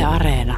Areena.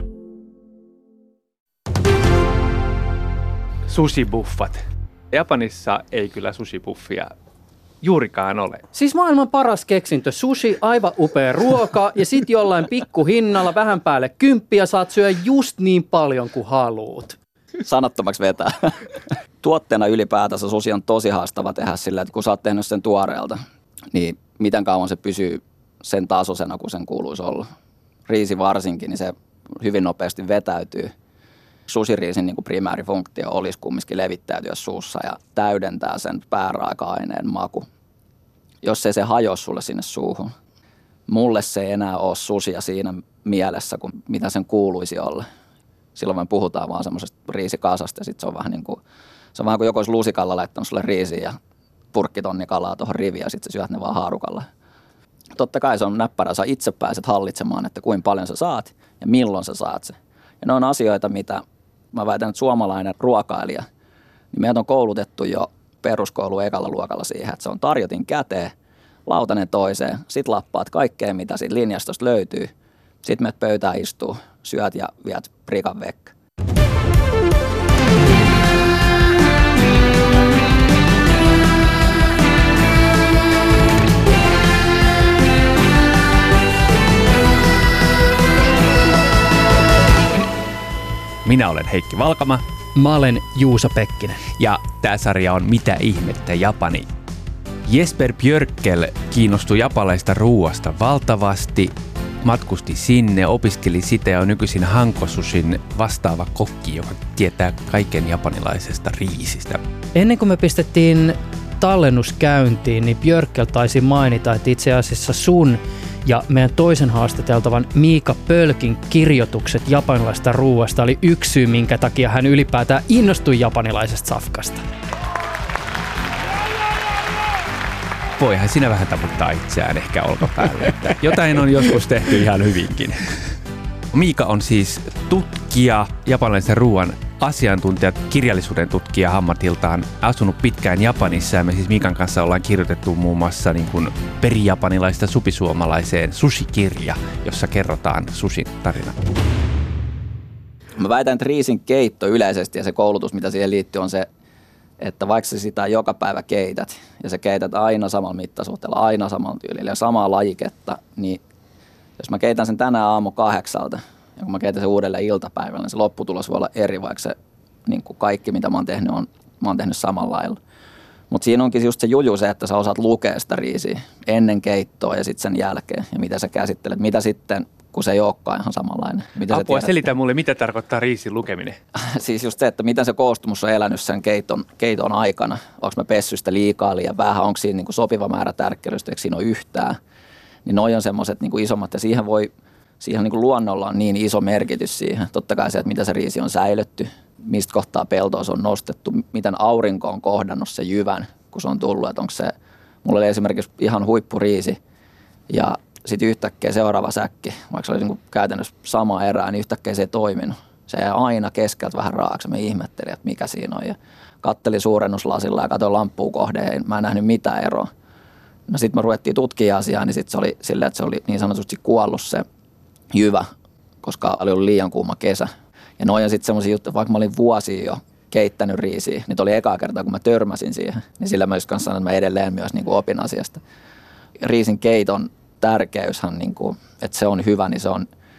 Sushi-buffat. Japanissa ei kyllä sushi-buffia juurikaan ole. Siis maailman paras keksintö. Sushi, aivan upea ruoka ja sit jollain pikkuhinnalla vähän päälle 10 saat syödä just niin paljon kuin haluut. Sanattomaksi vetää. Tuotteena ylipäätänsä sushi on tosi haastava tehdä sillä, että kun sä oot tehnyt sen tuoreelta, niin miten kauan se pysyy sen tasoisena, kuin sen kuuluisi olla. Riisi varsinkin, niin se hyvin nopeasti vetäytyy. Sushiriisin niin kuin primäärifunktio olisi kumminkin levittäytyä suussa ja täydentää sen pääraaka-aineen maku. Jos ei se hajoa sulle sinne suuhun. Mulle se ei enää ole sushia siinä mielessä, kuin mitä sen kuuluisi olla. Silloin me puhutaan vaan semmoisesta riisikasasta ja sitten se on vähän niin kuin, se on vähän kuin joku olisi lusikalla laittanut sulle riisiä ja purkkitonni kalaa tuohon riviin ja sitten sä syöt ne vaan haarukalla. Totta kai se on näppärä, sä itse pääset hallitsemaan, että kuinka paljon sä saat ja milloin sä saat se. Ja ne on asioita, mitä mä väitän, että suomalainen ruokailija, niin meidät on koulutettu jo peruskoulun ekalla luokalla siihen, että se on tarjotin käteen, lautanen toiseen, sit lappaat kaikkea, mitä siitä linjastosta löytyy. Sitten menet pöytään istuu, syöt ja viet prikan vekkä. Minä olen Heikki Valkama. Mä olen Juuso Pekkinen. Ja tämä sarja on Mitä ihmettä Japani. Jesper Björkkel kiinnostui japanilaisesta ruuasta valtavasti, matkusti sinne, opiskeli sitä ja on nykyisin Hankosushin vastaava kokki, joka tietää kaiken japanilaisesta riisistä. Ennen kuin me pistettiin tallennus käyntiin, niin Björkkel taisi mainita, että itse asiassa sun ja meidän toisen haastateltavan Miika Pölkin kirjoitukset japanilaisesta ruuasta oli yksi syy, minkä takia hän ylipäätään innostui japanilaisesta safkasta. Voihan sinä vähän taputtaa itseään ehkä olkapäälle, että jotain on joskus tehty ihan hyvinkin. Miika on siis tutkija, japanilaisen ruoan asiantuntija, kirjallisuuden tutkija ammatiltaan, asunut pitkään Japanissa ja me siis Miikan kanssa ollaan kirjoitettu muun muassa niin kuin perijapanilaista supisuomalaiseen sushi-kirja, jossa kerrotaan sushin tarina. Mä väitän, että riisin keitto yleisesti ja se koulutus, mitä siihen liittyy, on se, että vaikka sä sitä joka päivä keität ja sä keität aina samalla mittasuhteella, aina samalla tyylillä ja samaa lajiketta, niin jos mä keitän sen tänään aamu 8 ja kun mä keitän sen uudelleen iltapäivällä, niin se lopputulos voi olla eri, vaikka se niin kuin kaikki, mitä mä oon tehnyt samalla lailla. Mutta siinä onkin just se juju se, että sä osaat lukea sitä riisiä ennen keittoa ja sitten sen jälkeen ja mitä sä käsittelet. Mitä sitten, kun se ei olekaan ihan samanlainen. Apua, selitä mulle, mitä tarkoittaa riisin lukeminen? Siis just se, että miten se koostumus on elänyt sen keiton aikana. Onko mä pessyt sitä liikaa liian vähän, onko siinä niin kuin sopiva määrä tärkkelystä, eikö siinä ole yhtään. Niin noi on semmoiset niin kuin isommat ja siihen niin kuin luonnolla on niin iso merkitys siihen. Totta kai se, että mitä se riisi on säilytty, mistä kohtaa peltoa se on nostettu, miten aurinko on kohdannut se jyvän, kun se on tullut. Että onko se, mulla oli esimerkiksi ihan huippuriisi ja sitten yhtäkkiä seuraava säkki, vaikka se oli niin kuin käytännössä sama erää, niin yhtäkkiä se ei toiminut. Se jäi aina keskeltä vähän raaksi. Mä ihmettelin, että mikä siinä on. Ja kattelin suurennuslasilla ja katsoin lamppua kohden. Mä en nähnyt mitään eroa. No sitten me ruvettiin tutkia asiaa, niin sitten se oli silleen, että se oli niin sanotusti kuollut se jyvä, koska oli ollut liian kuuma kesä. Ja noin on sitten semmoisia juttuja, vaikka mä olin vuosia jo keittänyt riisiä, niin oli ekaa kertaa, kun mä törmäsin siihen. Niin sillä mä just kanssa sanon, että mä edelleen myös niin kuin opin asiasta. Riisin keiton tärkeyshän, niin kuin, että se on hyvä, niin se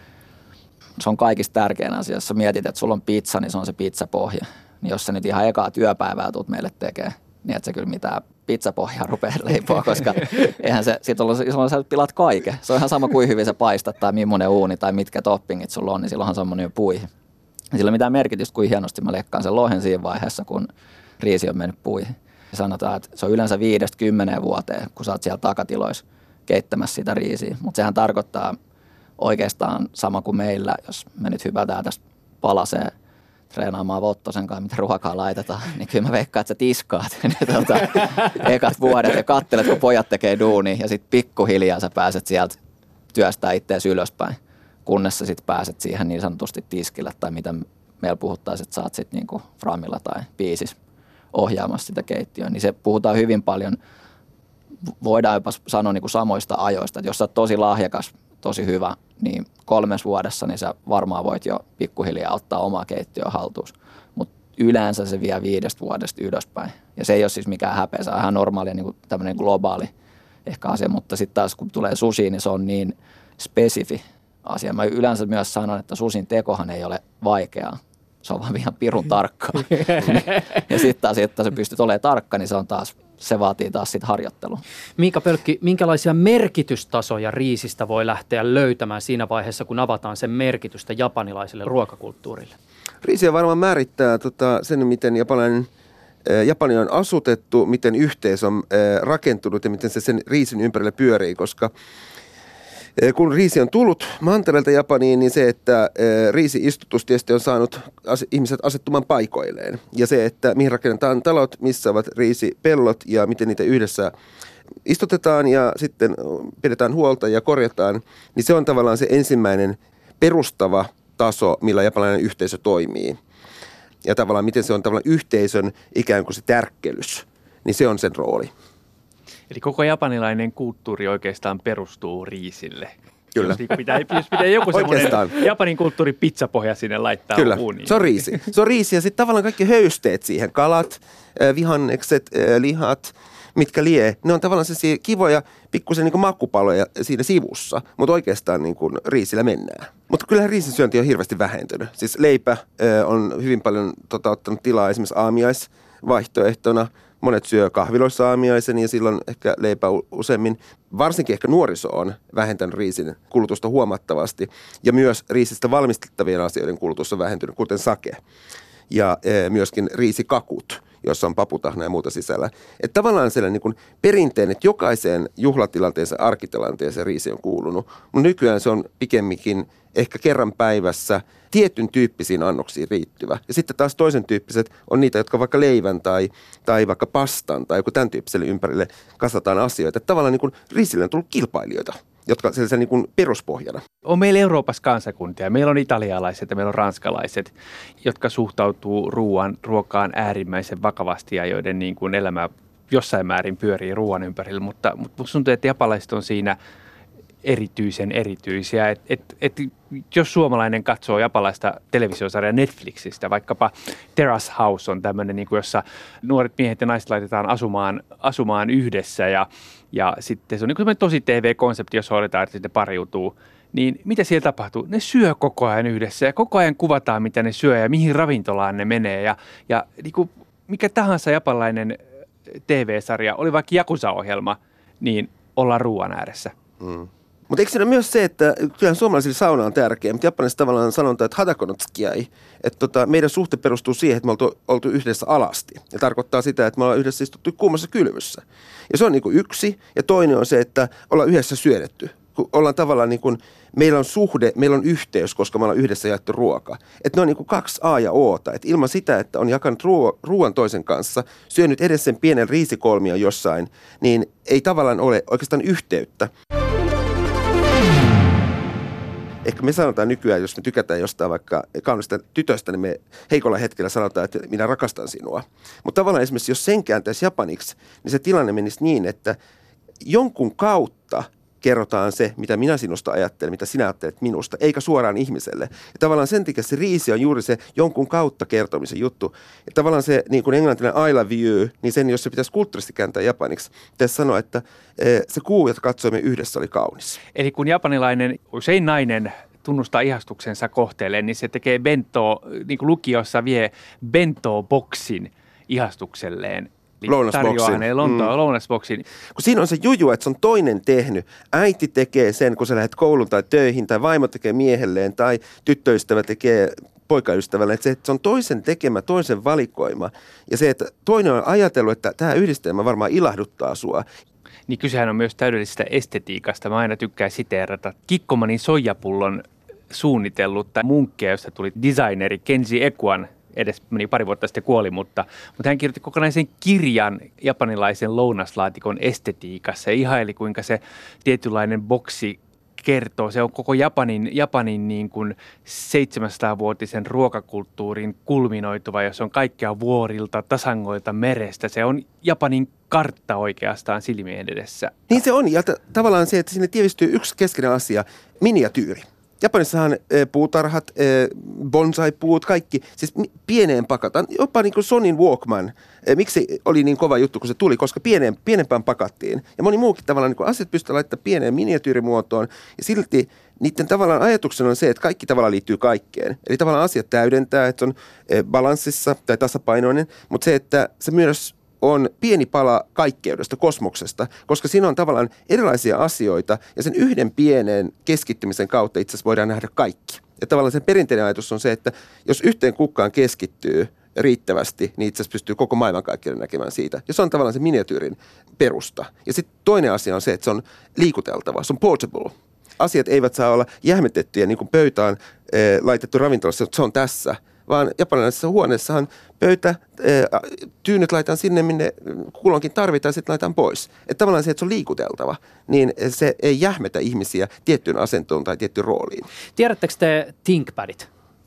on kaikista tärkein asia. Jos sä mietit, että sulla on pizza, niin se on se pizzapohja. Niin jos sä nyt ihan ekaa työpäivää tuut meille tekemään, niin et sä kyllä mitään pizzapohjaa rupeaa leipoa, koska eihän se, silloin sä pilat kaiken. Se on ihan sama kuin hyvin sä paistat tai millainen uuni tai mitkä toppingit sulla on, niin silloinhan se on jo puihin. Sillä ei ole mitään merkitystä, kuin hienosti mä leikkaan sen lohen siinä vaiheessa, kun riisi on mennyt puihin. Ja sanotaan, että se on yleensä 5-10 vuoteen, kun sä oot siellä takatiloissa keittämässä sitä riisiä. Mutta sehän tarkoittaa oikeastaan sama kuin meillä, jos me nyt hypätään tästä palaseen treenaamaan Vottosen kanssa, mitä ruokaa laitetaan, niin kyllä mä veikkaan, että sä tiskaat ekat vuodet ja katselet, kun pojat tekee duunia ja sitten pikkuhiljaa sä pääset sieltä työstää itseäsi ylöspäin, kunnes sä sitten pääset siihen niin sanotusti tiskille tai mitä meillä puhuttaisiin, että sä oot sitten niinku framilla tai biisissä ohjaamassa sitä keittiöä, niin se puhutaan hyvin paljon, voidaan jopa sanoa niinku samoista ajoista, että jos sä oot tosi lahjakas tosi hyvä, niin 3 vuodessa niin sä varmaan voit jo pikkuhiljaa ottaa omaa keittiöä haltuun. Mutta yleensä se vie 5 vuodesta ylöspäin. Ja se ei ole siis mikään häpeä, se on ihan normaali niin tämmöinen globaali ehkä asia, mutta sitten taas kun tulee sushi, niin se on niin spesifi asia. Mä yleensä myös sanon, että sushin tekohan ei ole vaikeaa. Se on vaan ihan pirun tarkkaa. Ja sitten taas, että sä pystyt olemaan tarkka, niin se vaatii taas sit harjoittelua. Miika Pölkki, minkälaisia merkitystasoja riisistä voi lähteä löytämään siinä vaiheessa, kun avataan sen merkitystä japanilaiselle ruokakulttuurille? Riisiä varmaan määrittää sen, miten Japani on asutettu, miten yhteisö on rakentunut ja miten se sen riisin ympärille pyörii, koska kun riisi on tullut mantereelta Japaniin, niin se, että riisi-istutus tietysti on saanut ihmiset asettumaan paikoilleen. Ja se, että mihin rakennetaan talot, missä ovat riisipellot ja miten niitä yhdessä istutetaan ja sitten pidetään huolta ja korjataan, niin se on tavallaan se ensimmäinen perustava taso, millä japanilainen yhteisö toimii. Ja tavallaan miten se on tavallaan yhteisön ikään kuin se tärkkelys, niin se on sen rooli. Eli koko japanilainen kulttuuri oikeastaan perustuu riisille. Kyllä. Jos pitää joku semmoinen Japanin kulttuuri pizzapohja sinne laittaa Kyllä. uuniin. Se on riisi. Se on riisi ja sitten tavallaan kaikki höysteet siihen. Kalat, vihannekset, lihat, mitkä lie. Ne on tavallaan sellaisia kivoja pikkusen niin makkupaloja siinä sivussa, mutta oikeastaan niin kuin riisillä mennään. Mutta kyllähän riisisyönti on hirveästi vähentynyt. Siis leipä on hyvin paljon ottanut tilaa esimerkiksi aamiaisvaihtoehtona. Monet syö kahviloissa aamiaisen ja silloin ehkä leipä useammin. Varsinkin ehkä nuoriso on vähentänyt riisin kulutusta huomattavasti. Ja myös riisistä valmistettavien asioiden kulutus on vähentynyt, kuten sake. Ja myöskin riisikakut, jossa on paputahna ja muuta sisällä. Että tavallaan sellainen niin kuin perinteinen, että jokaiseen juhlatilanteeseen, arkitilanteeseen riisi on kuulunut. Mutta nykyään se on pikemminkin ehkä kerran päivässä tietyn tyyppisiin annoksiin riittyvä. Ja sitten taas toisen tyyppiset on niitä, jotka vaikka leivän tai vaikka pastan tai joku tämän tyyppiselle ympärille kasataan asioita. Että tavallaan niin kuin riisille on tullut kilpailijoita, jotka sellaisen niin kuin peruspohjana. On meillä Euroopassa kansakuntia. Meillä on italialaiset ja meillä on ranskalaiset, jotka suhtautuu ruokaan äärimmäisen vakavasti ja joiden niin kuin elämä jossain määrin pyörii ruoan ympärillä. Mutta musta tuntuu, että japanilaiset on siinä erityisen erityisiä. Jos suomalainen katsoo japanilaista televisiosarjaa Netflixistä, vaikkapa Terrace House on tämmöinen, jossa nuoret miehet ja naiset laitetaan asumaan yhdessä ja sitten se on niin tosi TV-konsepti, jos oletaan, että ne pariutuu. Niin mitä siellä tapahtuu? Ne syö koko ajan yhdessä ja koko ajan kuvataan, mitä ne syö ja mihin ravintolaan ne menee. Ja niin kuin mikä tahansa japanilainen TV-sarja, oli vaikka Yakuza-ohjelma, niin ollaan ruoan ääressä. Mutta eikö siinä myös se, että kyllähän suomalaisille sauna on tärkeä, mutta Japanissa tavallaan sanotaan, että hadakonotsukiai, että meidän suhte perustuu siihen, että me oltu yhdessä alasti. Ja tarkoittaa sitä, että me ollaan yhdessä istuttu kuumassa kylvyssä. Ja se on niin kuin yksi, ja toinen on se, että ollaan yhdessä syödetty. Kun ollaan tavallaan niin kuin, meillä on suhde, meillä on yhteys, koska me ollaan yhdessä jaettu ruoka. Että ne on niin kuin 2 A ja O:ta. Että ilman sitä, että on jakanut ruoan toisen kanssa, syönyt edes sen pienen riisikolmion jossain, niin ei tavallaan ole oikeastaan yhteyttä. Ehkä me sanotaan nykyään, jos me tykätään jostain vaikka kaunista tytöstä, niin me heikolla hetkellä sanotaan, että minä rakastan sinua. Mutta tavallaan esimerkiksi, jos sen kääntäisi japaniksi, niin se tilanne menisi niin, että jonkun kautta kerrotaan se, mitä minä sinusta ajattelen, mitä sinä ajattelet minusta, eikä suoraan ihmiselle. Ja tavallaan sen takia se riisi on juuri se jonkun kautta kertomisen juttu. Ja tavallaan se niin kuin englantilainen I love you, niin sen, jos se pitäisi kulttuurisesti kääntää japaniksi, pitäisi sanoa, että se kuu, jota katsoimme yhdessä, oli kaunis. Eli kun japanilainen, usein nainen tunnustaa ihastuksensa kohteelleen, niin se tekee niin kuin lukiossa vie bento-boksin ihastukselleen. Tarjoaa hänelle lounasboksin. Kun siinä on se juju, että se on toinen tehnyt. Äiti tekee sen, kun sä lähdet kouluun tai töihin, tai vaimo tekee miehelleen, tai tyttöystävä tekee poikaystävälle. Että se on toisen tekemä, toisen valikoima. Ja se, että toinen on ajatellut, että tämä yhdistelmä varmaan ilahduttaa sua. Niin kysehän on myös täydellisestä estetiikasta. Mä aina tykkään siteerata Kikkomanin soijapullon suunnitellutta munkkia, josta tuli designeri Kenji Ekuan. Edes meni pari vuotta sitten kuoli, mutta hän kirjoitti kokonaisen kirjan japanilaisen lounaslaatikon estetiikassa ja ihaili, kuinka se tietynlainen boksi kertoo. Se on koko Japanin niin kuin 700-vuotisen ruokakulttuurin kulminoituva, jos on kaikkea vuorilta, tasangoilta, merestä. Se on Japanin kartta oikeastaan silmien edessä. Niin se on, ja tavallaan se, että sinne tiivistyy yksi keskeinen asia, miniatyyri. Japanissahan puutarhat, bonsai-puut, kaikki, siis pieneen pakataan. Jopa niin kuin Sonin Walkman. Miksi oli niin kova juttu, kun se tuli? Koska pienempään pakattiin. Ja moni muukin tavallaan niin asiat pystyy laittamaan pieneen miniatyyrimuotoon. Ja silti niiden tavallaan ajatuksena on se, että kaikki tavallaan liittyy kaikkeen. Eli tavallaan asiat täydentää, että se on balanssissa tai tasapainoinen. Mutta se, että se myös on pieni pala kaikkeudesta, kosmoksesta, koska siinä on tavallaan erilaisia asioita ja sen yhden pienen keskittymisen kautta itse asiassa voidaan nähdä kaikki. Ja tavallaan sen perinteinen ajatus on se, että jos yhteen kukkaan keskittyy riittävästi, niin itse asiassa pystyy koko maailmankaikkeuden näkemään siitä. Ja se on tavallaan se miniatyyrin perusta. Ja sitten toinen asia on se, että se on liikuteltava, se on portable. Asiat eivät saa olla jähmetettyjä, niin kuin pöytään laitettu ravintolassa, se on tässä. Vaan japanilaisessa huoneessahan pöytä, tyynyt laitetaan sinne, minne kulloinkin tarvitaan, ja sitten laitetaan pois. Että tavallaan se, että se on liikuteltava, niin se ei jähmetä ihmisiä tiettyyn asentoon tai tiettyyn rooliin. Tiedättekö te ThinkPadit?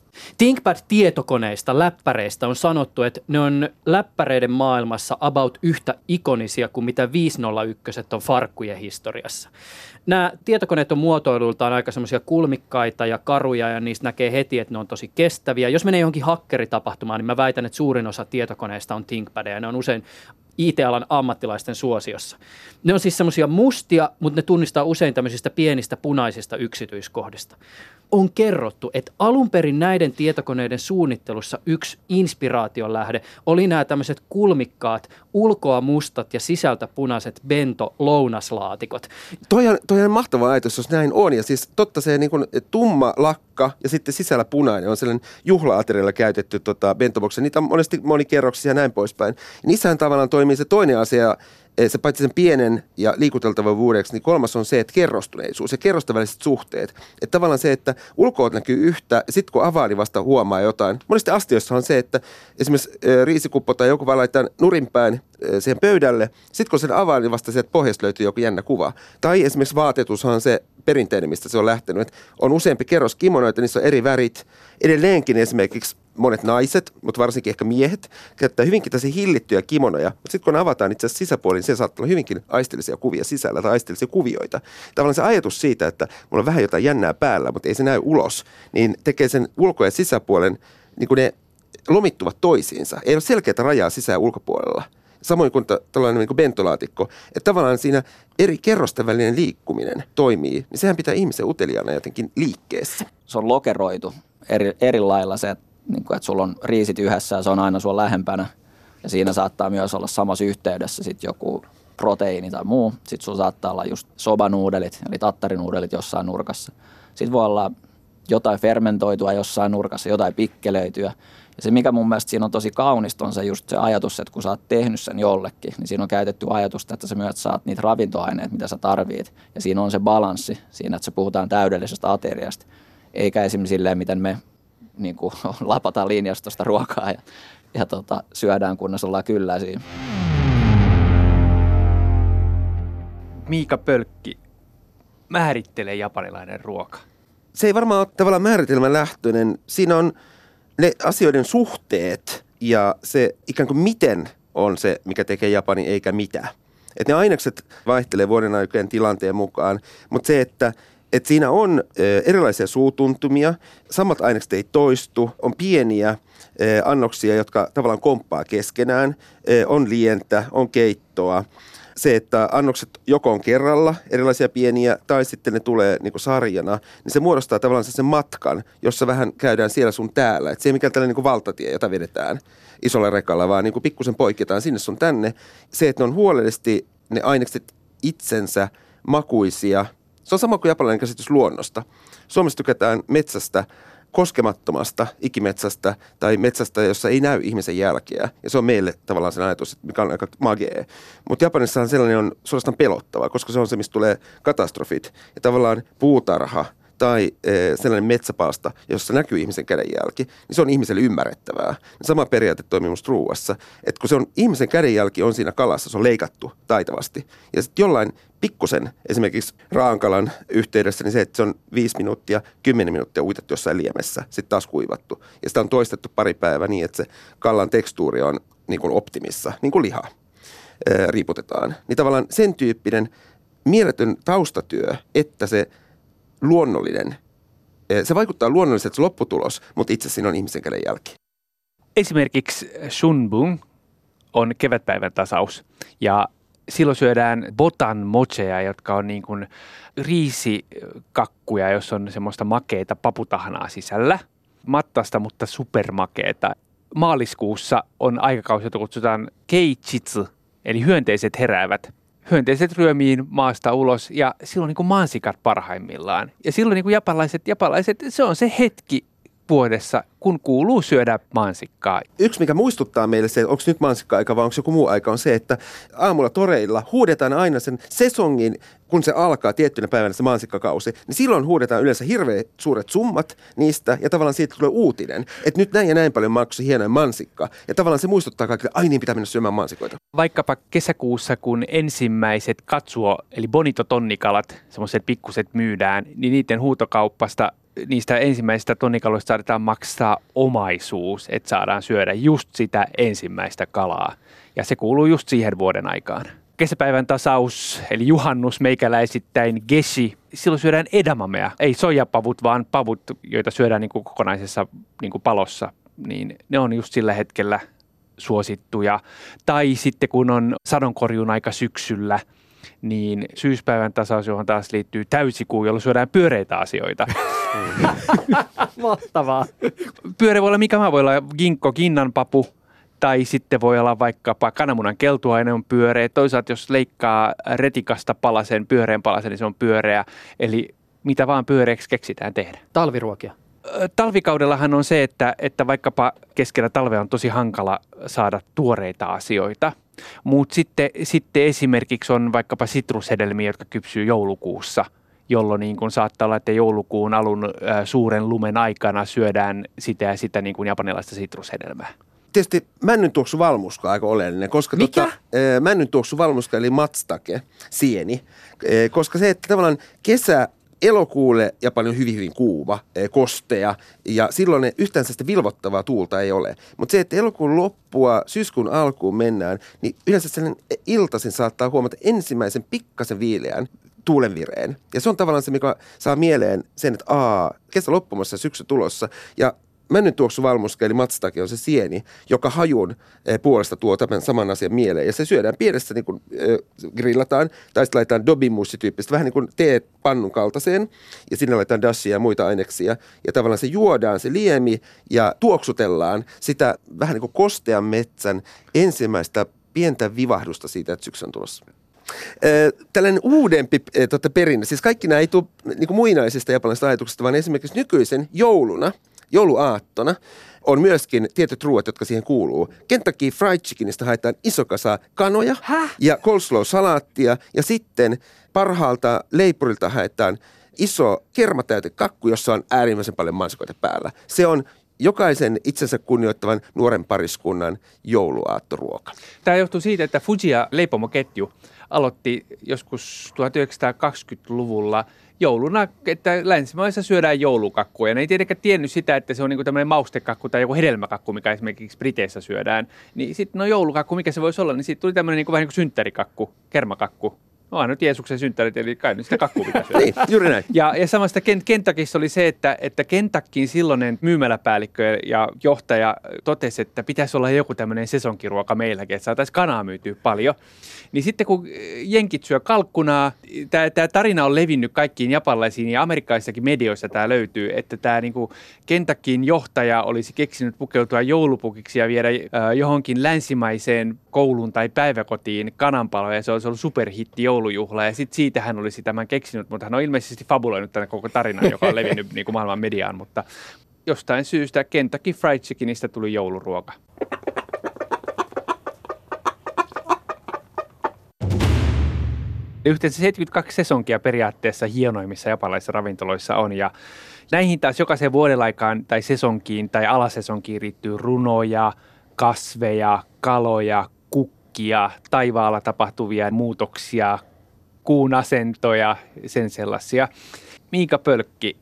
ThinkPad-tietokoneista, läppäreistä on sanottu, että ne on läppäreiden maailmassa about yhtä ikonisia kuin mitä 501 on farkkujen historiassa. Nämä tietokoneet on muotoilultaan aika semmoisia kulmikkaita ja karuja ja niistä näkee heti, että ne on tosi kestäviä. Jos menee johonkin hakkeritapahtumaan, niin mä väitän, että suurin osa tietokoneista on ThinkPadeja. Ne on usein IT-alan ammattilaisten suosiossa. Ne on siis semmoisia mustia, mutta ne tunnistaa usein tämmöisistä pienistä punaisista yksityiskohdista. On kerrottu, että alun perin näiden tietokoneiden suunnittelussa yksi inspiraation lähde oli nämä tämmöiset kulmikkaat, ulkoa mustat ja sisältä punaiset bento-lounaslaatikot. Toi on mahtava ajatus, jos näin on. Ja siis totta se niin kuin tumma lakka ja sitten sisällä punainen on sellainen juhla-aterialla käytetty bentoboksi. Niitä on monesti monikerroksia ja näin poispäin. Ja niissähän tavallaan toimii se toinen asia, se paitsi sen pienen ja liikuteltavuudeksi, niin kolmas on se, että kerrostuneisuus ja kerrostaväliset suhteet. Että tavallaan se, että ulkoot näkyy yhtä, ja sitten kun avaa, niin vasta huomaa jotain. Monesti astioissa on se, että esimerkiksi riisikuppo tai joku vaan laittaa nurinpäin siihen pöydälle. Sitten kun sen avaa, niin vasta sieltä pohjasta löytyy joku jännä kuva. Tai esimerkiksi vaatetushan on se perinteinen, mistä se on lähtenyt. Että on useampi kerros kimonoita, niissä on eri värit. Edelleenkin esimerkiksi monet naiset, mutta varsinkin ehkä miehet, käyttää hyvinkin tällaisia hillittyjä kimonoja. Mutta sitten kun avataan itse asiassa sisäpuoli, niin siellä saattaa olla hyvinkin aisteellisia kuvia sisällä tai aisteellisia kuvioita. Tavallaan se ajatus siitä, että mulla on vähän jotain jännää päällä, mutta ei se näy ulos, niin tekee sen ulko- ja sisäpuolen, niin kuin ne lomittuvat toisiinsa. Ei ole selkeää rajaa sisä- ja ulkopuolella. Samoin kuin tällainen niin kuin bentolaatikko. Että tavallaan siinä eri kerrosten välinen liikkuminen toimii, niin sehän pitää ihmisen uteliaana jotenkin liikkeessä. Se on lokeroitu eri lailla se, että sulla on riisit yhdessä ja se on aina sua lähempänä. Ja siinä saattaa myös olla samassa yhteydessä sit joku proteiini tai muu. Sitten sulla saattaa olla just sobanuudelit, eli tattarinuudelit jossain nurkassa. Sitten voi olla jotain fermentoitua jossain nurkassa, jotain pikkelöityä. Ja se, mikä mun mielestä siinä on tosi kaunista, on se just se ajatus, että kun sä oot tehnyt sen jollekin, niin siinä on käytetty ajatusta, että sä myös saat niitä ravintoaineita, mitä sä tarvit. Ja siinä on se balanssi siinä, että se puhutaan täydellisestä ateriasta. Eikä esimerkiksi silleen, miten me niin kuin lapataan linjastosta ruokaa ja syödään, kunnes ollaan kylläisiä. Miika Pölkki, määrittelee japanilainen ruoka. Se ei varmaan ole tavallaan määritelmälähtöinen. Siinä on ne asioiden suhteet ja se ikään kuin miten on se, mikä tekee Japani eikä mitä. Et ne ainekset vaihtelee vuoden aikojen tilanteen mukaan, mutta se, että siinä on erilaisia suutuntumia, samat ainekset ei toistu, on pieniä annoksia, jotka tavallaan komppaa keskenään, on lientä, on keittoa. Se, että annokset joko on kerralla erilaisia pieniä tai sitten ne tulee niin kuin sarjana, niin se muodostaa tavallaan sen matkan, jossa vähän käydään siellä sun täällä. Et se ei mikään tällainen niin kuin valtatie, jota vedetään isolla rekalla, vaan niin kuin pikkusen poiketaan sinne sun tänne. Se, että ne on huolellisesti ne ainekset itsensä makuisia. Se on sama kuin japanilainen käsitys luonnosta. Suomessa tykätään metsästä, koskemattomasta ikimetsästä tai metsästä, jossa ei näy ihmisen jälkeä. Ja se on meille tavallaan sen ajatus, mikä on aika magee. Mutta Japanissahan sellainen on suorastaan pelottava, koska se on se, mistä tulee katastrofit. Ja tavallaan puutarha tai sellainen metsäpalsta, jossa näkyy ihmisen kädenjälki, niin se on ihmiselle ymmärrettävää. Sama periaate toimii musta ruuassa, että kun se on ihmisen kädenjälki on siinä kalassa, se on leikattu taitavasti. Ja sitten jollain pikkusen, esimerkiksi raankalan yhteydessä, niin se, että se on 5 minuuttia, 10 minuuttia uitettu jossain liemessä, sitten taas kuivattu. Ja sitä on toistettu pari päivää niin, että se kallan tekstuuri on niin kuin optimissa, niin kuin liha riiputetaan. Niin tavallaan sen tyyppinen mieletön taustatyö, että se luonnollinen, se vaikuttaa luonnolliselta se lopputulos, mutta itse siinä on ihmisen kädenjälki. Esimerkiksi Shunbung on kevätpäivän tasaus ja silloin syödään botan mocheja, jotka on niin kuin riisikakkuja, jossa on semmoista makeita paputahnaa sisällä. Mattasta, mutta supermakeeta. Maaliskuussa on aikakausi, jota kutsutaan keichitsu, eli hyönteiset heräävät. Hyönteiset ryömiin maasta ulos ja silloin niin kuin mansikat parhaimmillaan. Ja silloin niin kuin japanilaiset, se on se hetki vuodessa, kun kuuluu syödä mansikkaa. Yksi, mikä muistuttaa meille se, onko nyt mansikka-aika vai onko joku muu aika, on se, että aamulla toreilla huudetaan aina sen sesongin, kun se alkaa tiettynä päivänä se mansikkakausi, niin silloin huudetaan yleensä hirveän suuret summat niistä ja tavallaan siitä tulee uutinen, että nyt näin ja näin paljon maksoi hienoin mansikka. Ja tavallaan se muistuttaa kaikille, ai niin pitää mennä syömään mansikoita. Vaikkapa kesäkuussa, kun ensimmäiset katsuo, eli bonito-tonnikalat, semmoiset pikkuset myydään, niin niiden huutokauppasta niistä ensimmäisistä tonnikaloista saadaan maksaa omaisuus, että saadaan syödä just sitä ensimmäistä kalaa. Ja se kuuluu just siihen vuoden aikaan. Kesäpäivän tasaus, eli juhannus meikäläisittäin geshi. Silloin syödään edamamea, ei soijapavut, vaan pavut, joita syödään niin kuin kokonaisessa niin kuin palossa. Niin ne on just sillä hetkellä suosittuja. Tai sitten kun on sadonkorjuun aika syksyllä, niin syyspäivän tasaus, johon taas liittyy täysikuu, jolloin syödään pyöreitä asioita. Mahtavaa. Pyöreä voi olla mikä vaan, voi olla ginkgo, kinnanpapu, tai sitten voi olla vaikkapa kananmunan keltuaine on pyöreä. Toisaalta jos leikkaa retikasta palasen, pyöreän palasen, niin se on pyöreä. Eli mitä vaan pyöreäksi keksitään tehdä. Talviruokia. Talvikaudellahan on se, että vaikkapa keskellä talvea on tosi hankala saada tuoreita asioita. Mutta sitten esimerkiksi on vaikkapa sitrushedelmiä, jotka kypsyy joulukuussa, jolloin niin kun saattaa olla, että joulukuun alun suuren lumen aikana syödään sitä ja sitä niin kuin japanilaista sitrushedelmää. Tietysti männyntuoksuvalmuska on aika oleellinen, koska männyntuoksuvalmuska eli matsutake, sieni, koska se, että tavallaan elokuulle Japani on hyvin kuuma, kostea ja silloin yhtään sitä vilvottavaa tuulta ei ole. Mutta se, että elokuun loppua, syyskuun alkuun mennään, niin yleensä sellainen iltaisin saattaa huomata ensimmäisen pikkasen viileän tuulenvireen. Ja se on tavallaan se, mikä saa mieleen sen, että kesä loppumassa ja syksy tulossa. Ja männyntuoksuvalmuska eli matsutake on se sieni, joka hajun puolesta tuo tämän saman asian mieleen. Ja se syödään pienessä, niin kuin grillataan, tai sitten laitetaan dobimussityyppistä, vähän niin kuin teepannun kaltaiseen. Ja sinne laitetaan dashia ja muita aineksia. Ja tavallaan se juodaan, se liemi, ja tuoksutellaan sitä vähän niin kuin kostean metsän ensimmäistä pientä vivahdusta siitä, että syksy on tulossa. Tällainen uudempi perinne, siis kaikki nämä ei tule niin kuin muinaisista japanilaisista ajatuksista, vaan esimerkiksi nykyisen jouluaattona on myöskin tietyt ruoat, jotka siihen kuuluu. Kentucky Fried Chickenistä haetaan iso kasa kanoja ja coleslaw-salaattia ja sitten parhaalta leipurilta haetaan iso kermatäytekakku, jossa on äärimmäisen paljon mansikoita päällä. Se on jokaisen itsensä kunnioittavan nuoren pariskunnan jouluaattoruoka. Tämä johtuu siitä, että Fujiya leipomoketju aloitti joskus 1920-luvulla jouluna, että länsimaissa syödään joulukakkua. Ja ne ei tietenkään tiennyt sitä, että se on niinku tämmöinen maustekakku tai joku hedelmäkakku, mikä esimerkiksi Briteissä syödään. Niin sitten joulukakku, mikä se voisi olla, niin siitä tuli tämmöinen niinku vähän niin kuin synttärikakku, kermakakku. No aina nyt Jeesuksen synttärit, eli kai nyt sitä kakkua pitää syödä. Niin, juuri näin. Ja samasta Kentuckyssa oli se, että Kentuckyin silloinen myymäläpäällikkö ja johtaja totesi, että pitäisi olla joku tämmöinen sesonkiruoka meilläkin, että saataisiin kanaa myytyä paljon. Niin sitten kun jenkit syö kalkkunaa, tämä tarina on levinnyt kaikkiin japanilaisiin ja amerikkalaisissakin medioissa tämä löytyy, että tämä niinku Kentuckyin johtaja olisi keksinyt pukeutua joulupukiksi ja viedä johonkin länsimaiseen kouluun tai päiväkotiin kananpaloja ja se olisi ollut superhitti joulujuhla ja sitten siitä hän olisi tämän keksinyt, mutta hän on ilmeisesti fabuloinut tämän koko tarinan, joka on levinnyt niin kuin maailman mediaan, mutta jostain syystä Kentucky Fried Chickenistä tuli jouluruoka. Yhteensä 72 sesonkia periaatteessa hienoimmissa japanilaisissa ravintoloissa on ja näihin taas jokaiseen vuodenaikaan tai sesonkiin tai alasesonkiin riittyy runoja, kasveja, kaloja, kukkia, taivaalla tapahtuvia muutoksia, kuun asentoja, sen sellaisia. Miika Pölkki,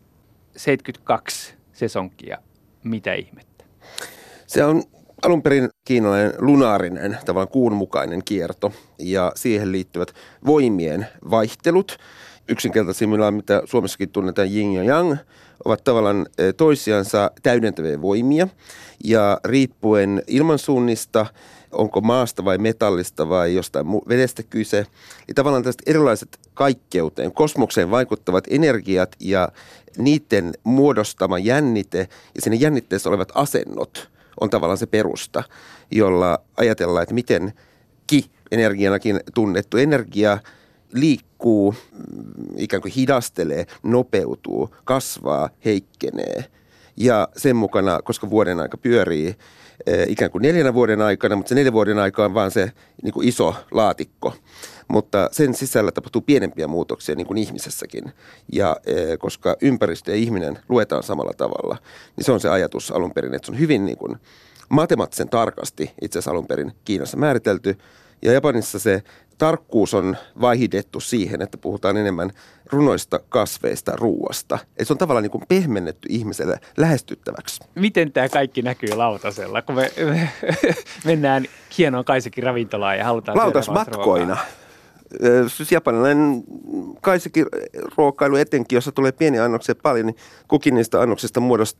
72 sesonkia, mitä ihmettä? Se on alun perin kiinalainen lunaarinen, tavallaan kuun mukainen kierto ja siihen liittyvät voimien vaihtelut. Yksinkertaisimmillaan, mitä Suomessakin tunnetaan yin ja yang, ovat tavallaan toisiansa täydentäviä voimia ja riippuen ilmansuunnista, onko maasta vai metallista vai jostain vedestä kyse. Eli tavallaan tällaiset erilaiset kaikkeuteen, kosmokseen vaikuttavat energiat ja niiden muodostama jännite ja siinä jännitteessä olevat asennot on tavallaan se perusta, jolla ajatellaan, että miten ki-energianakin tunnettu energia liikkuu, ikään kuin hidastelee, nopeutuu, kasvaa, heikkenee. Ja sen mukana, koska vuoden aika pyörii ikään kuin 4 vuoden aikana, mutta se 4 vuoden aika on vaan se niin kuin iso laatikko. Mutta sen sisällä tapahtuu pienempiä muutoksia niin kuin ihmisessäkin. Ja koska ympäristö ja ihminen luetaan samalla tavalla, niin se on se ajatus alun perin, että se on hyvin niin kuin matemaattisen tarkasti itse asiassa alun perin Kiinassa määritelty. Ja Japanissa se tarkkuus on vaihdettu siihen, että puhutaan enemmän runoista, kasveista, ruuasta. Eli se on tavallaan niin kuin pehmennetty ihmiselle lähestyttäväksi. Miten tämä kaikki näkyy lautasella, kun me mennään hienoon Kaisekin ravintolaan ja halutaan lautasmatkoina. Siis japanilainen Kaisekin ruokailu etenkin, jossa tulee pieniä annoksia paljon, niin kukin niistä annoksista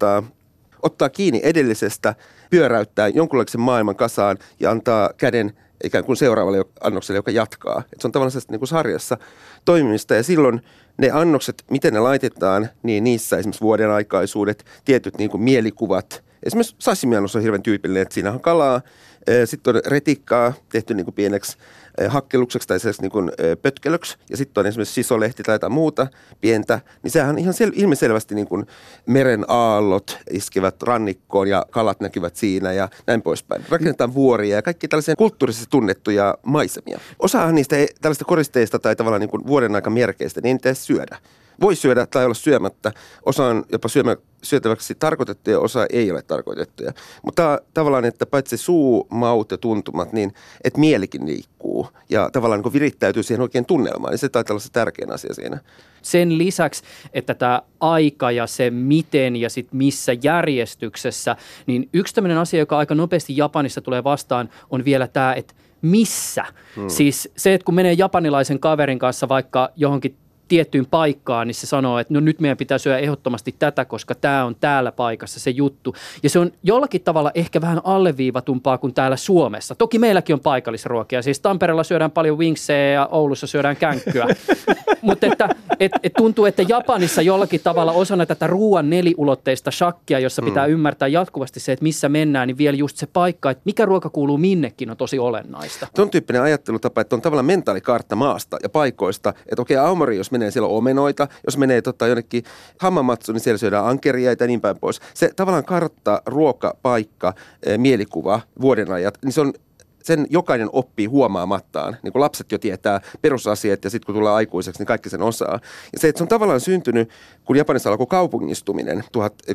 ottaa kiinni edellisestä, pyöräyttää jonkunlaisen maailman kasaan ja antaa käden ikään kuin seuraavalle annokselle, joka jatkaa. Et se on tavallaan niin kuin sarjassa toimimista ja silloin ne annokset, miten ne laitetaan, niin niissä esimerkiksi vuoden aikaisuudet, tietyt niin kuin mielikuvat. Esimerkiksi sashimi-annos on hirveän tyypillinen, että siinä on kalaa, sitten on retikkaa tehty niin kuin pieneksi hakkelukseksi tai niin kuin pötkelöksi ja sitten on esimerkiksi sisolehti tai jotain muuta pientä, niin sehän on ihan ilmiselvästi niin kuin meren aallot iskevät rannikkoon ja kalat näkyvät siinä ja näin poispäin. Rakennetaan vuoria ja kaikki tällaisia kulttuurisesti tunnettuja maisemia. Osahan niistä tällaista koristeista tai tavallaan niin kuin vuoden aika merkeistä, niin ei niitä edes syödä. Voi syödä tai olla syömättä. Osa on jopa syötäväksi tarkoitettuja, osa ei ole tarkoitettuja. Mutta tavallaan, että paitsi suu, maut ja tuntumat, niin että mielikin liikkuu. Ja tavallaan kun virittäytyy siihen oikein tunnelmaan, niin se taitaa olla se tärkein asia siinä. Sen lisäksi, että tämä aika ja se miten ja sitten missä järjestyksessä, niin yksi tämmöinen asia, joka aika nopeasti Japanissa tulee vastaan, on vielä tämä, että missä. Siis se, että kun menee japanilaisen kaverin kanssa vaikka johonkin tiettyyn paikkaan, niin se sanoo, että no nyt meidän pitää syödä ehdottomasti tätä, koska tämä on täällä paikassa se juttu. Ja se on jollakin tavalla ehkä vähän alleviivatumpaa kuin täällä Suomessa. Toki meilläkin on paikallisruokia. Siis Tampereella syödään paljon wingsejä ja Oulussa syödään känkkyä. Mutta tuntuu, että Japanissa jollakin tavalla osana tätä ruoan neliulotteista shakkia, jossa pitää ymmärtää jatkuvasti se, että missä mennään, niin vielä just se paikka, että mikä ruoka kuuluu minnekin on tosi olennaista. Tuon tyyppinen ajattelutapa, että on tavallaan mentaalikartta maasta ja paikoista, että okei, Aomori, jos menee siellä omenoita, jos menee jonnekin Hamamatsu, niin siellä syödään ankeriaita ja niin päin pois. Se tavallaan kartta, ruoka, paikka, mielikuva, vuodenajat, niin se on sen jokainen oppii huomaamattaan. Niin kuin lapset jo tietää perusasiat ja sitten kun tulee aikuiseksi, niin kaikki sen osaa. Ja se, että se on tavallaan syntynyt, kun Japanissa alkoi kaupungistuminen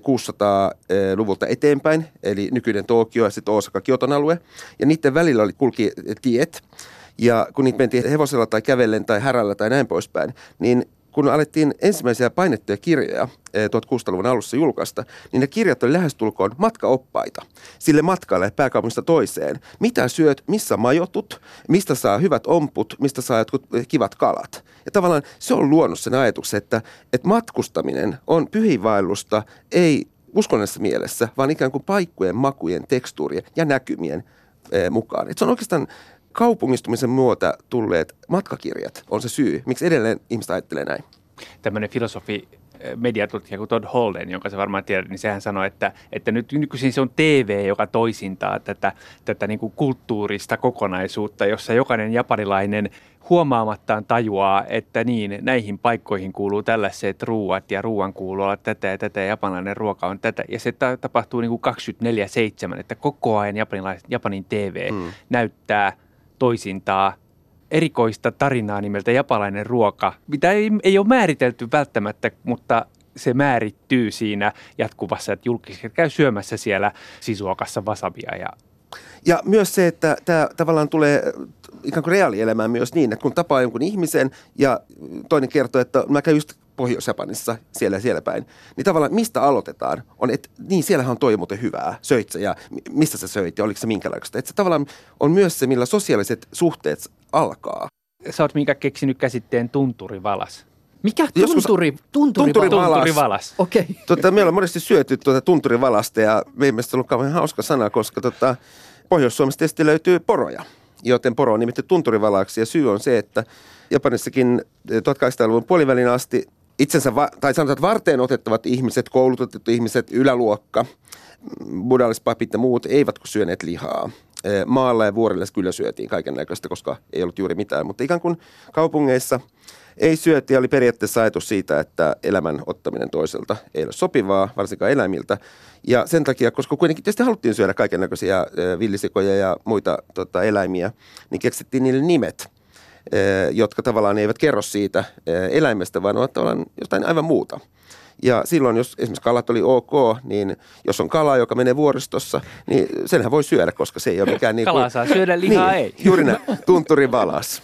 1600-luvulta eteenpäin, eli nykyinen Tokio ja sitten Osaka, Kioton alue. Ja niiden välillä kulki tiet. Ja kun niitä mentiin hevosella tai kävellen tai härällä tai näin poispäin, niin kun alettiin ensimmäisiä painettuja kirjoja 1600-luvun alussa julkaista, niin ne kirjat oli lähestulkoon matkaoppaita sille matkalle pääkaupungista toiseen. Mitä syöt, missä majoitut, mistä saa hyvät omput, mistä saa jotkut kivat kalat. Ja tavallaan se on luonut sen ajatuksen, että matkustaminen on pyhiinvaellusta, ei uskonnollisessa mielessä, vaan ikään kuin paikkojen, makujen, tekstuurien ja näkymien mukaan. Et se on oikeastaan kaupungistumisen myötä tulleet matkakirjat on se syy, miksi edelleen ihmiset ajattelee näin. Tämmöinen filosofi, mediatutkija kuin Todd Holden, jonka sä varmaan tiedät, niin sehän sanoi, että nyt nykyisin se on TV, joka toisintaa tätä niin kuin kulttuurista kokonaisuutta, jossa jokainen japanilainen huomaamattaan tajuaa, että niin, näihin paikkoihin kuuluu tällaiset ruuat ja ruuan kuuluu olla tätä ja japanilainen ruoka on tätä. Ja se tapahtuu niin kuin 24/7, että koko ajan Japanin TV näyttää, toisintaa erikoista tarinaa nimeltä japanilainen ruoka, mitä ei ole määritelty välttämättä, mutta se määrittyy siinä jatkuvassa, että julkiset käy syömässä siellä Shizuokassa wasabia. Ja myös se, että tämä tavallaan tulee ikään kuin reaalielämään myös niin, että kun tapaa jonkun ihmisen ja toinen kertoo, että mä käyn just Pohjois-Japanissa siellä ja siellä päin, niin tavallaan mistä aloitetaan on, että niin siellähän on toi muuten hyvää, söit sä ja mistä sä söit ja oliko se minkälaista. Että se tavallaan on myös se, millä sosiaaliset suhteet alkaa. Sä oot minkä keksinyt käsitteen tunturivalas. Mikä Tunturivalas. Okei. Meillä on monesti syöty tunturivalasta ja me ei mielestäni ollut kauhean hauska sana, koska Pohjois-Suomessa tietysti löytyy poroja, joten poro on nimetty tunturivalaksi ja syy on se, että Japanissakin 1800-luvun puolivälin asti itsensä, tai sanotaan, että varteen otettavat ihmiset, koulutetut ihmiset, yläluokka, buddhalaispapit ja muut eivät syöneet lihaa. Maalla ja vuorilla kyllä syötiin kaiken näköistä, koska ei ollut juuri mitään, mutta ikään kuin kaupungeissa ei syöti ja oli periaatteessa ajatus siitä, että elämän ottaminen toiselta ei ole sopivaa, varsinkaan eläimiltä. Ja sen takia, koska kuitenkin tietysti haluttiin syödä kaiken näköisiä villisikoja ja muita eläimiä, niin keksittiin niille nimet, jotka tavallaan eivät kerro siitä eläimestä, vaan ovat tavallaan jotain aivan muuta. Ja silloin, jos esimerkiksi kalat oli ok, niin jos on kala, joka menee vuoristossa, niin senhän voi syödä, koska se ei ole mikään... Kalaa saa syödä, lihaa ei. Juuri näin, tunturivalas.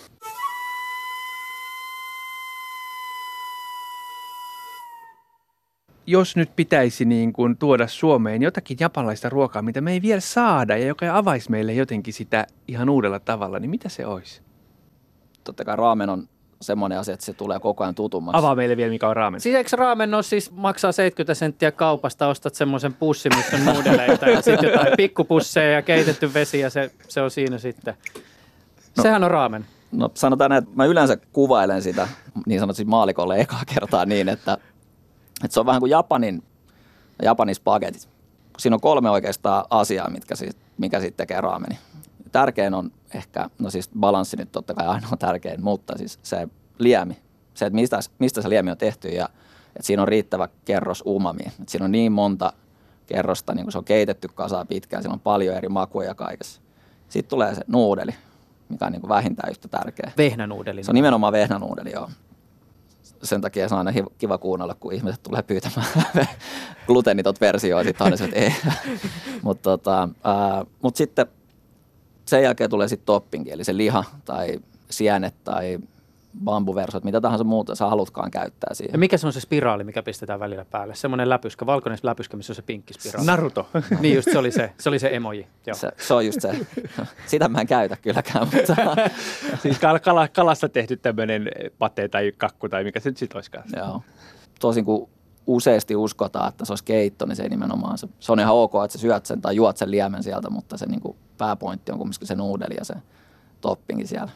Jos nyt pitäisi niin kuin tuoda Suomeen jotakin japanilaista ruokaa, mitä me ei vielä saada ja joka avaisi meille jotenkin sitä ihan uudella tavalla, niin mitä se olisi? Totta kai raamen on semmoinen asia, että se tulee koko ajan tutummaksi. Avaa meille vielä, mikä on raamen. Siis eikö raamen ole siis maksaa 70 senttiä kaupasta, ostat semmoisen pussin, missä on nuudeleita ja sitten jotain pikkupusseja ja keitetty vesi ja se on siinä sitten. Sehän on raamen. No sanotaan, että mä yleensä kuvailen sitä niin sanotusti maalikolle ekaa kertaa niin, että se on vähän kuin Japanin spagetit. Siinä on 3 oikeastaan asiaa, mikä siitä tekee raameni. Tärkein on ehkä, no siis balanssi nyt totta kai ainoa tärkein, mutta siis se liemi. Se, että mistä se liemi on tehty ja että siinä on riittävä kerros umamia. Että siinä on niin monta kerrosta, niin kun se on keitetty kasaan pitkään, siinä on paljon eri makuja kaikessa. Sitten tulee se nuudeli, mikä on niin kuin vähintään yhtä tärkeä. Vehnänuudeli. Se on nimenomaan vehnänuudeli, joo. Sen takia se on aina kiva kuunnella, kun ihmiset tulee pyytämään gluteenitot versioa, sitten aina se, että ei. Mutta sitten sen jälkeen tulee sitten toppingi, eli se liha tai sienet tai bambuversot, mitä tahansa muuta sä halutkaan käyttää siihen. Ja mikä se on se spiraali, mikä pistetään välillä päälle? Semmoinen läpyskä, valkoinen läpyskä, missä on se pinkki spiraali. Naruto. Niin just, se oli se emoji. Joo. Se on just se. Sitä mä en käytä kylläkään. Mutta siis kalasta tehty tämmöinen pate tai kakku tai mikä se nyt sitten olisikaan. Joo. Tosin kun useasti uskotaan, että se olisi keitto, niin se ei nimenomaan. Se on ihan ok, että sä syöt sen tai juot sen liemen sieltä, mutta se niin kuin pääpointti on kumminkin se nuudeli ja se toppingi siellä.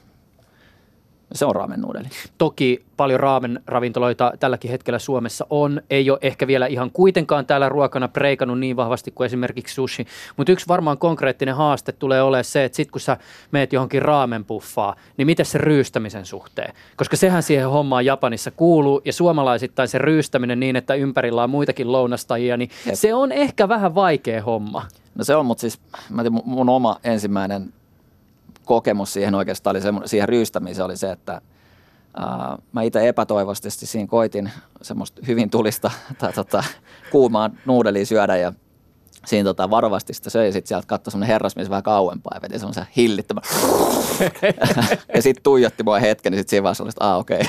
Se on raamen nuudeli. Toki paljon raamen ravintoloita tälläkin hetkellä Suomessa on. Ei ole ehkä vielä ihan kuitenkaan täällä ruokana preikannut niin vahvasti kuin esimerkiksi sushi. Mutta yksi varmaan konkreettinen haaste tulee olemaan se, että sit kun sä meet johonkin raamenpuffaan, niin miten se ryystämisen suhteen? Koska sehän siihen hommaan Japanissa kuuluu ja suomalaisittain se ryystäminen niin, että ympärillä on muitakin lounastajia, niin se on ehkä vähän vaikea homma. No se on, mutta siis mun oma ensimmäinen kokemus siihen oikeastaan oli siihen ryystämiseen oli se, että mä itse epätoivoisesti siinä koitin semmoista hyvin tulista kuumaa nuudelia syödä ja siinä varovasti sitä söi ja sitten sieltä katsoi semmoinen herrasmies vähän kauempaa ja veti semmoisen hillittömän ja sitten tuijotti mua hetken, niin sitten siinä vaiheessa oli, että okei.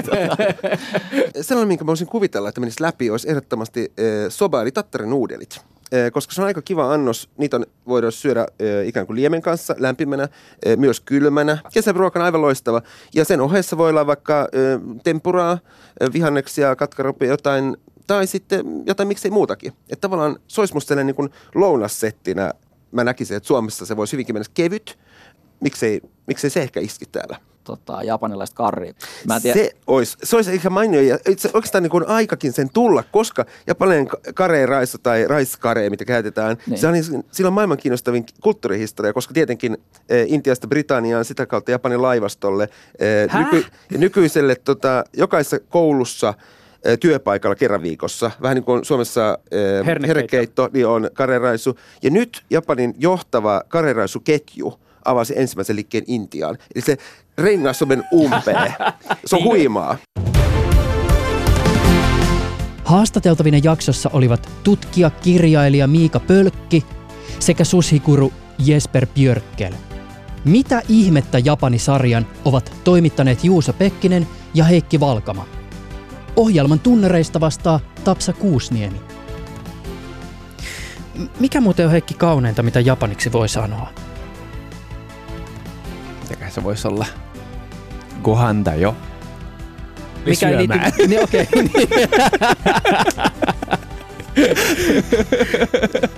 Sellainen, minkä mä voisin kuvitella, että menisi läpi, olisi ehdottomasti soba eli tattarinuudelit. Koska se on aika kiva annos, niitä voidaan syödä ikään kuin liemen kanssa lämpimänä, myös kylmänä. Kesäruokana aivan loistava. Ja sen ohessa voi olla vaikka tempuraa, vihanneksia, katkarupia, jotain, tai sitten jotain miksei muutakin. Että tavallaan se olisi musta sellainen niin kuin lounassettinä. Mä näkisin, että Suomessa se voisi hyvinkin mennä kevyt. Miksei se ehkä iski täällä? Japanilaista karria. Se olisi ehkä mainio ja oikeastaan niin kuin aikakin sen tulla, koska japanilainen kare raisu tai rice-kare, mitä käytetään, niin. Sillä on maailman kiinnostavin kulttuurihistoria, koska tietenkin Intiasta Britanniaan sitä kautta Japanin laivastolle nykyiselle jokaisessa koulussa työpaikalla kerran viikossa. Vähän niin kuin Suomessa hernekeitto niin on kare raisu. Ja nyt Japanin johtava kare raisuketju avasi ensimmäisen liikkeen Intiaan. Eli se rengas on mennyt umpeen. Se on huimaa. Haastateltavina jaksossa olivat tutkija-kirjailija Miika Pölkki sekä sushiguru Jesper Björkkel. Mitä ihmettä Japani-sarjan ovat toimittaneet Juuso Pekkinen ja Heikki Valkama? Ohjelman tunnereista vastaa Tapsa Kuusniemi. Mikä muuten on, Heikki, kauneinta, mitä japaniksi voi sanoa? Mitäkään se voisi olla? Gohanda jo. Mikä ei liity... Niin, okei.